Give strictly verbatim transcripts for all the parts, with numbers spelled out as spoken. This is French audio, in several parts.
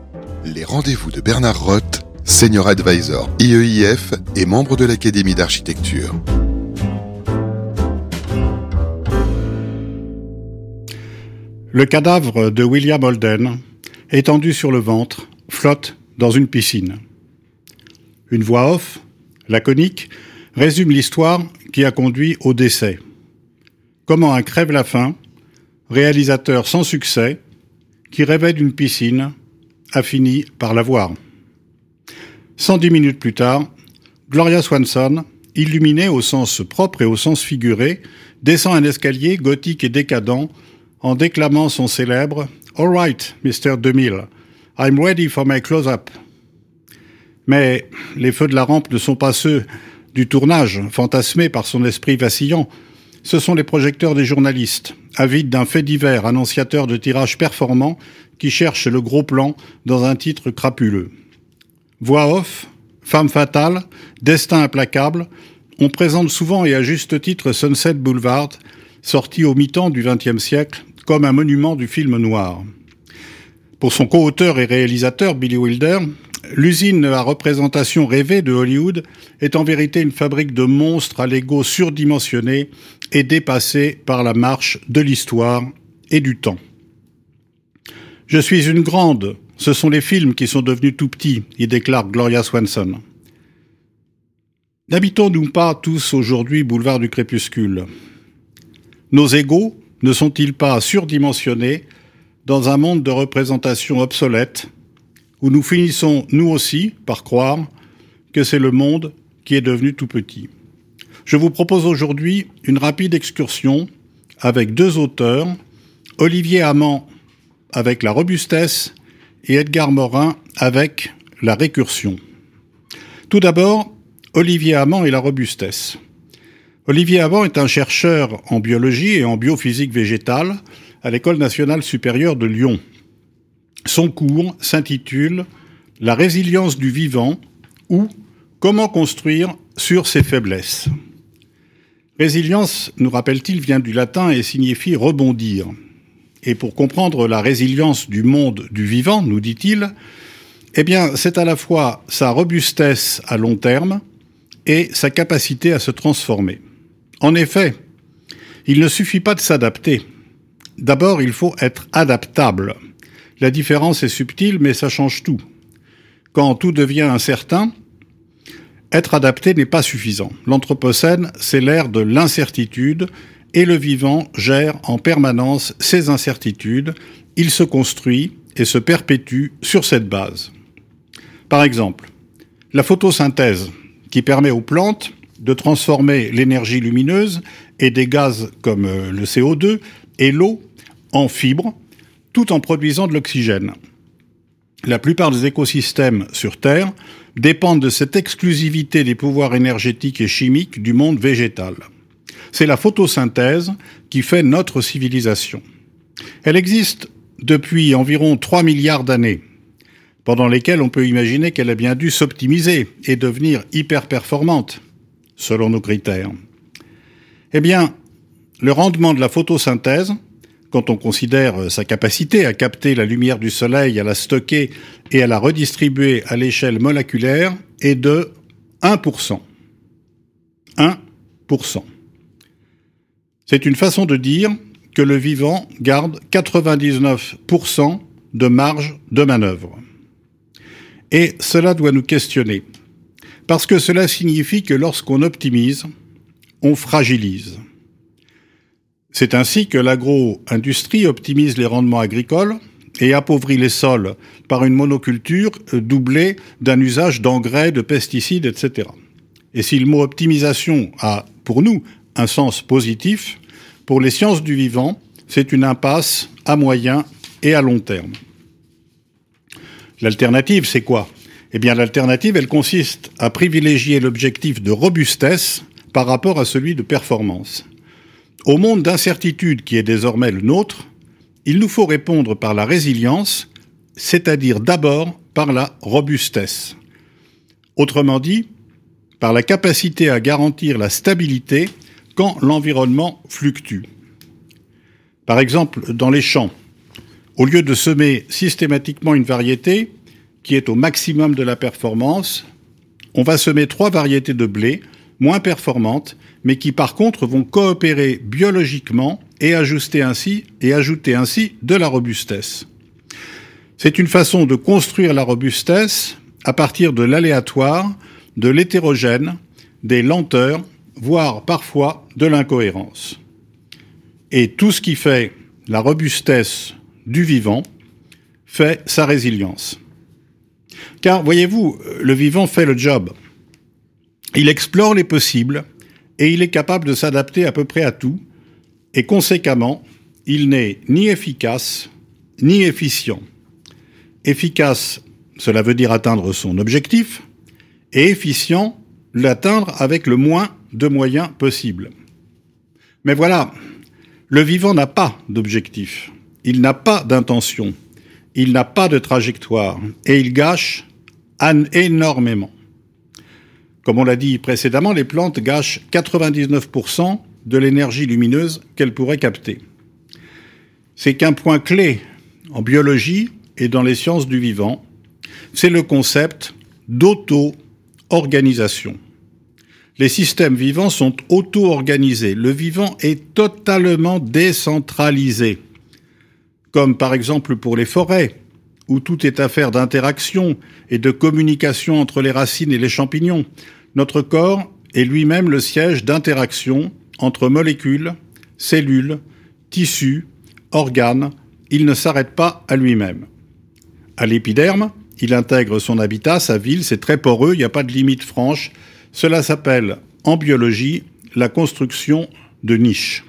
Les rendez-vous de Bernard Roth, Senior Advisor I E I F et membre de l'Académie d'Architecture. Le cadavre de William Holden, étendu sur le ventre, flotte dans une piscine. Une voix off, laconique, résume l'histoire qui a conduit au décès. Comment un crève-la-faim, réalisateur sans succès, qui rêvait d'une piscine, a fini par la voir. cent dix minutes plus tard, Gloria Swanson, illuminée au sens propre et au sens figuré, descend un escalier gothique et décadent en déclamant son célèbre « All right, Mister DeMille, I'm ready for my close-up ». Mais les feux de la rampe ne sont pas ceux du tournage, fantasmé par son esprit vacillant. Ce sont les projecteurs des journalistes, avides d'un fait divers, annonciateur de tirages performants, qui cherchent le gros plan dans un titre crapuleux. Voix off, femme fatale, destin implacable, on présente souvent et à juste titre Sunset Boulevard, sorti au mi-temps du vingtième siècle, comme un monument du film noir. Pour son co-auteur et réalisateur, Billy Wilder, l'usine à représentation rêvée de Hollywood est en vérité une fabrique de monstres à l'ego surdimensionné et dépassé par la marche de l'histoire et du temps. « Je suis une grande, ce sont les films qui sont devenus tout petits », y déclare Gloria Swanson. N'habitons-nous pas tous aujourd'hui boulevard du crépuscule ? Nos égos ne sont-ils pas surdimensionnés dans un monde de représentation obsolète où nous finissons, nous aussi, par croire que c'est le monde qui est devenu tout petit. Je vous propose aujourd'hui une rapide excursion avec deux auteurs, Olivier Amand avec la robustesse et Edgar Morin avec la récursion. Tout d'abord, Olivier Amand et la robustesse. Olivier Amand est un chercheur en biologie et en biophysique végétale à l'École nationale supérieure de Lyon. Son cours s'intitule « La résilience du vivant » ou « Comment construire sur ses faiblesses ». Résilience, nous rappelle-t-il, vient du latin et signifie « rebondir ». Et pour comprendre la résilience du monde du vivant, nous dit-il, eh bien, c'est à la fois sa robustesse à long terme et sa capacité à se transformer. En effet, il ne suffit pas de s'adapter. D'abord, il faut être adaptable. La différence est subtile, mais ça change tout. Quand tout devient incertain, être adapté n'est pas suffisant. L'Anthropocène, c'est l'ère de l'incertitude, et le vivant gère en permanence ces incertitudes. Il se construit et se perpétue sur cette base. Par exemple, la photosynthèse, qui permet aux plantes de transformer l'énergie lumineuse et des gaz comme le C O deux et l'eau en fibres, tout en produisant de l'oxygène. La plupart des écosystèmes sur Terre dépendent de cette exclusivité des pouvoirs énergétiques et chimiques du monde végétal. C'est la photosynthèse qui fait notre civilisation. Elle existe depuis environ trois milliards d'années, pendant lesquelles on peut imaginer qu'elle a bien dû s'optimiser et devenir hyper performante, selon nos critères. Eh bien, le rendement de la photosynthèse, quand on considère sa capacité à capter la lumière du soleil, à la stocker et à la redistribuer à l'échelle moléculaire, est de un pour cent. un pour cent. C'est une façon de dire que le vivant garde quatre-vingt-dix-neuf pour cent de marge de manœuvre. Et cela doit nous questionner, parce que cela signifie que lorsqu'on optimise, on fragilise. C'est ainsi que l'agro-industrie optimise les rendements agricoles et appauvrit les sols par une monoculture doublée d'un usage d'engrais, de pesticides, et cetera. Et si le mot optimisation a, pour nous, un sens positif, pour les sciences du vivant, c'est une impasse à moyen et à long terme. L'alternative, c'est quoi ? Eh bien, l'alternative, elle consiste à privilégier l'objectif de robustesse par rapport à celui de performance. Au monde d'incertitude qui est désormais le nôtre, il nous faut répondre par la résilience, c'est-à-dire d'abord par la robustesse. Autrement dit, par la capacité à garantir la stabilité quand l'environnement fluctue. Par exemple, dans les champs, au lieu de semer systématiquement une variété, qui est au maximum de la performance, on va semer trois variétés de blé moins performantes, mais qui par contre vont coopérer biologiquement et ajuster ainsi, et ajouter ainsi de la robustesse. C'est une façon de construire la robustesse à partir de l'aléatoire, de l'hétérogène, des lenteurs, voire parfois de l'incohérence. Et tout ce qui fait la robustesse du vivant fait sa résilience. Car, voyez-vous, le vivant fait le job. Il explore les possibles et il est capable de s'adapter à peu près à tout, et conséquemment, il n'est ni efficace ni efficient. Efficace, cela veut dire atteindre son objectif, et efficient, l'atteindre avec le moins de moyens possible. Mais voilà, le vivant n'a pas d'objectif, il n'a pas d'intention, il n'a pas de trajectoire, et il gâche énormément. Comme on l'a dit précédemment, les plantes gâchent quatre-vingt-dix-neuf pour cent de l'énergie lumineuse qu'elles pourraient capter. C'est qu'un point clé en biologie et dans les sciences du vivant, c'est le concept d'auto-organisation. Les systèmes vivants sont auto-organisés. Le vivant est totalement décentralisé. Comme par exemple pour les forêts, où tout est affaire d'interaction et de communication entre les racines et les champignons. Notre corps est lui-même le siège d'interaction entre molécules, cellules, tissus, organes. Il ne s'arrête pas à lui-même. À l'épiderme, il intègre son habitat, sa ville, c'est très poreux, il n'y a pas de limite franche. Cela s'appelle, en biologie, la construction de niches.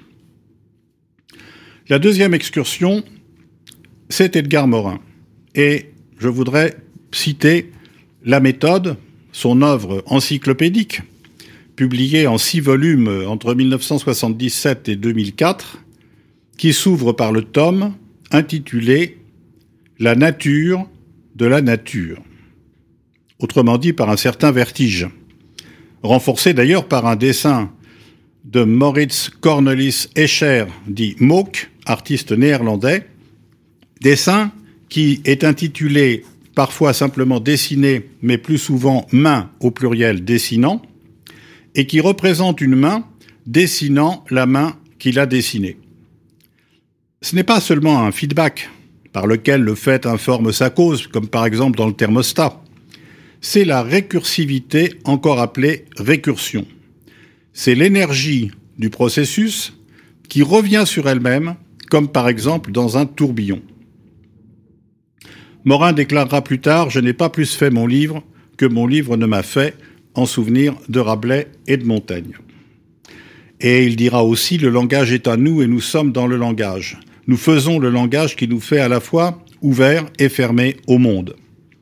La deuxième excursion, c'est Edgar Morin. Et je voudrais citer la méthode, son œuvre encyclopédique, publiée en six volumes entre mille neuf cent soixante-dix-sept et deux mille quatre, qui s'ouvre par le tome intitulé « La nature de la nature », autrement dit par un certain vertige, renforcé d'ailleurs par un dessin de Maurits Cornelis Escher, dit Mook, artiste néerlandais, dessin qui est intitulé parfois simplement dessiné, mais plus souvent main au pluriel dessinant, et qui représente une main dessinant la main qu'il a dessinée. Ce n'est pas seulement un feedback par lequel le fait informe sa cause, comme par exemple dans le thermostat. C'est la récursivité, encore appelée récursion. C'est l'énergie du processus qui revient sur elle-même, comme par exemple dans un tourbillon. Morin déclarera plus tard « Je n'ai pas plus fait mon livre que mon livre ne m'a fait », en souvenir de Rabelais et de Montaigne. Et il dira aussi « Le langage est à nous et nous sommes dans le langage. Nous faisons le langage qui nous fait à la fois ouvert et fermé au monde. »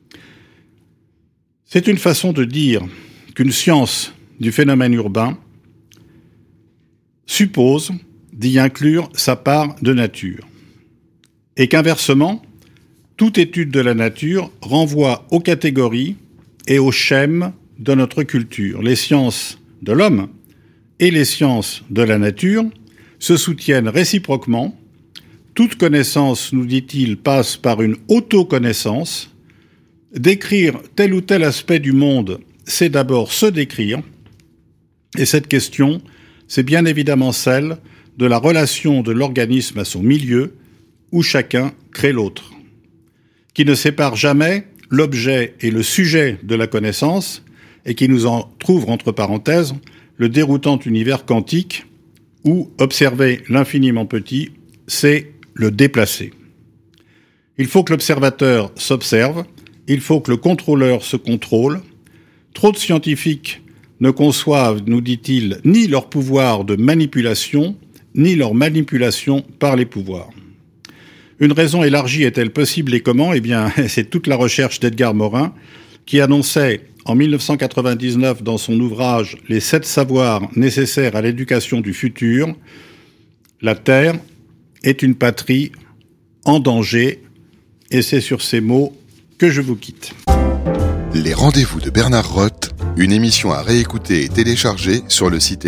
C'est une façon de dire qu'une science du phénomène urbain suppose d'y inclure sa part de nature. Et qu'inversement, toute étude de la nature renvoie aux catégories et aux schèmes de notre culture. Les sciences de l'homme et les sciences de la nature se soutiennent réciproquement. Toute connaissance, nous dit-il, passe par une autoconnaissance. Décrire tel ou tel aspect du monde, c'est d'abord se décrire. Et cette question, c'est bien évidemment celle de la relation de l'organisme à son milieu, où chacun crée l'autre, qui ne sépare jamais l'objet et le sujet de la connaissance, et qui nous en trouve, entre parenthèses, le déroutant univers quantique, où observer l'infiniment petit, c'est le déplacer. Il faut que l'observateur s'observe, il faut que le contrôleur se contrôle. Trop de scientifiques ne conçoivent, nous dit-il, ni leur pouvoir de manipulation, ni leur manipulation par les pouvoirs. Une raison élargie est-elle possible et comment ? Eh bien, c'est toute la recherche d'Edgar Morin, qui annonçait en mille neuf cent quatre-vingt-dix-neuf dans son ouvrage « Les sept savoirs nécessaires à l'éducation du futur », la Terre est une patrie en danger, et c'est sur ces mots que je vous quitte. Les rendez-vous de Bernard Roth, une émission à réécouter et télécharger sur le site